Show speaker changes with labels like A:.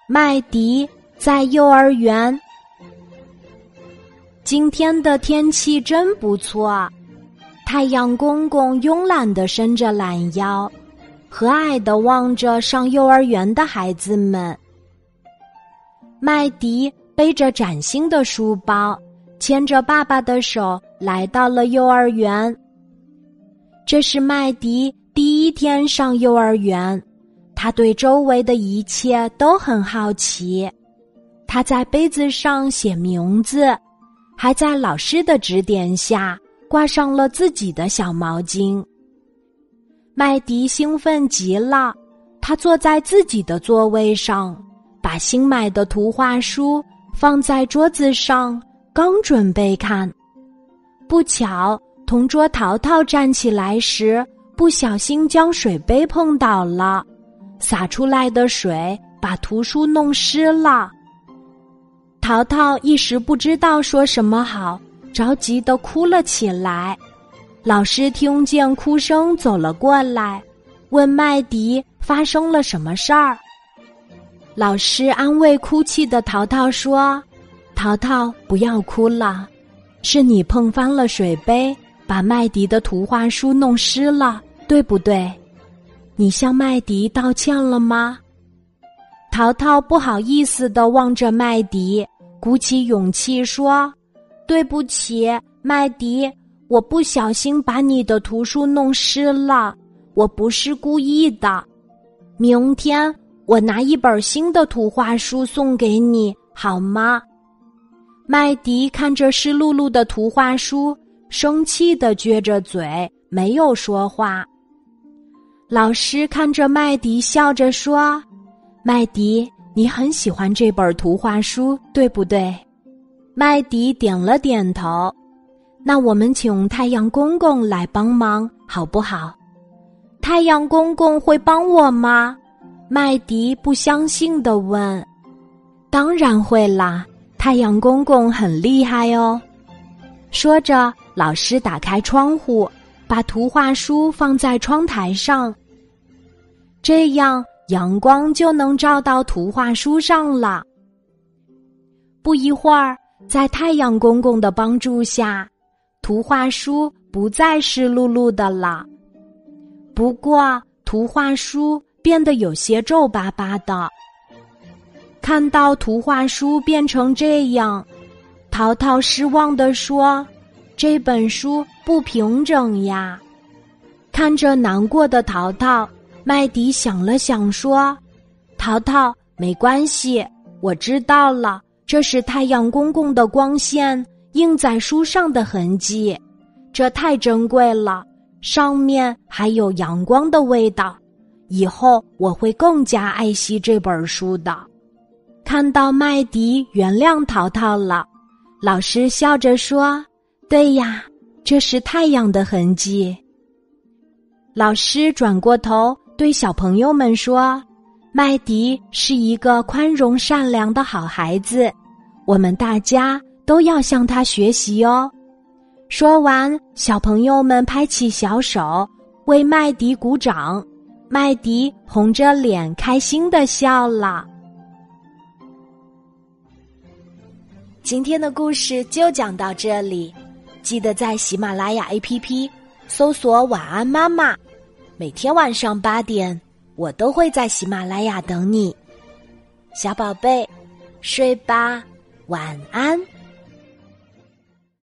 A: 麦迪在幼儿园。今天的天气真不错，太阳公公慵懒地伸着懒腰，和蔼地望着上幼儿园的孩子们。麦迪背着崭新的书包，牵着爸爸的手来到了幼儿园。这是麦迪第一天上幼儿园，他对周围的一切都很好奇。他在杯子上写名字，还在老师的指点下挂上了自己的小毛巾。麦迪兴奋极了，他坐在自己的座位上，把新买的图画书放在桌子上，刚准备看。不巧，同桌淘淘站起来时，不小心将水杯碰倒了，洒出来的水把图书弄湿了。淘淘一时不知道说什么好，着急地哭了起来。老师听见哭声走了过来，问麦迪发生了什么事儿。老师安慰哭泣的淘淘说：“淘淘，不要哭了，是你碰翻了水杯，把麦迪的图画书弄湿了，对不对？你向麦迪道歉了吗？”淘淘不好意思地望着麦迪，鼓起勇气说：“对不起，麦迪，我不小心把你的图书弄湿了，我不是故意的。明天我拿一本新的图画书送给你，好吗？”麦迪看着湿漉漉的图画书，生气地撅着嘴，没有说话。老师看着麦迪，笑着说：“麦迪，你很喜欢这本图画书，对不对？”麦迪点了点头。那我们请太阳公公来帮忙，好不好？太阳公公会帮我吗？麦迪不相信地问。当然会啦，太阳公公很厉害哦。说着，老师打开窗户，把图画书放在窗台上，这样阳光就能照到图画书上了。不一会儿，在太阳公公的帮助下，图画书不再湿漉漉的了。不过，图画书变得有些皱巴巴的。看到图画书变成这样，淘淘失望地说：“这本书不平整呀。”看着难过的淘淘，麦迪想了想说：“淘淘，没关系，我知道了，这是太阳公公的光线映在书上的痕迹，这太珍贵了，上面还有阳光的味道，以后我会更加爱惜这本书的。”看到麦迪原谅淘淘了，老师笑着说：“对呀，这是太阳的痕迹。”老师转过头对小朋友们说：“麦迪是一个宽容善良的好孩子，我们大家都要向他学习哦。”说完，小朋友们拍起小手，为麦迪鼓掌。麦迪红着脸开心地笑了。今天的故事就讲到这里，记得在喜马拉雅 APP 搜索晚安妈妈，每天晚上8点，我都会在喜马拉雅等你。小宝贝，睡吧，晚安。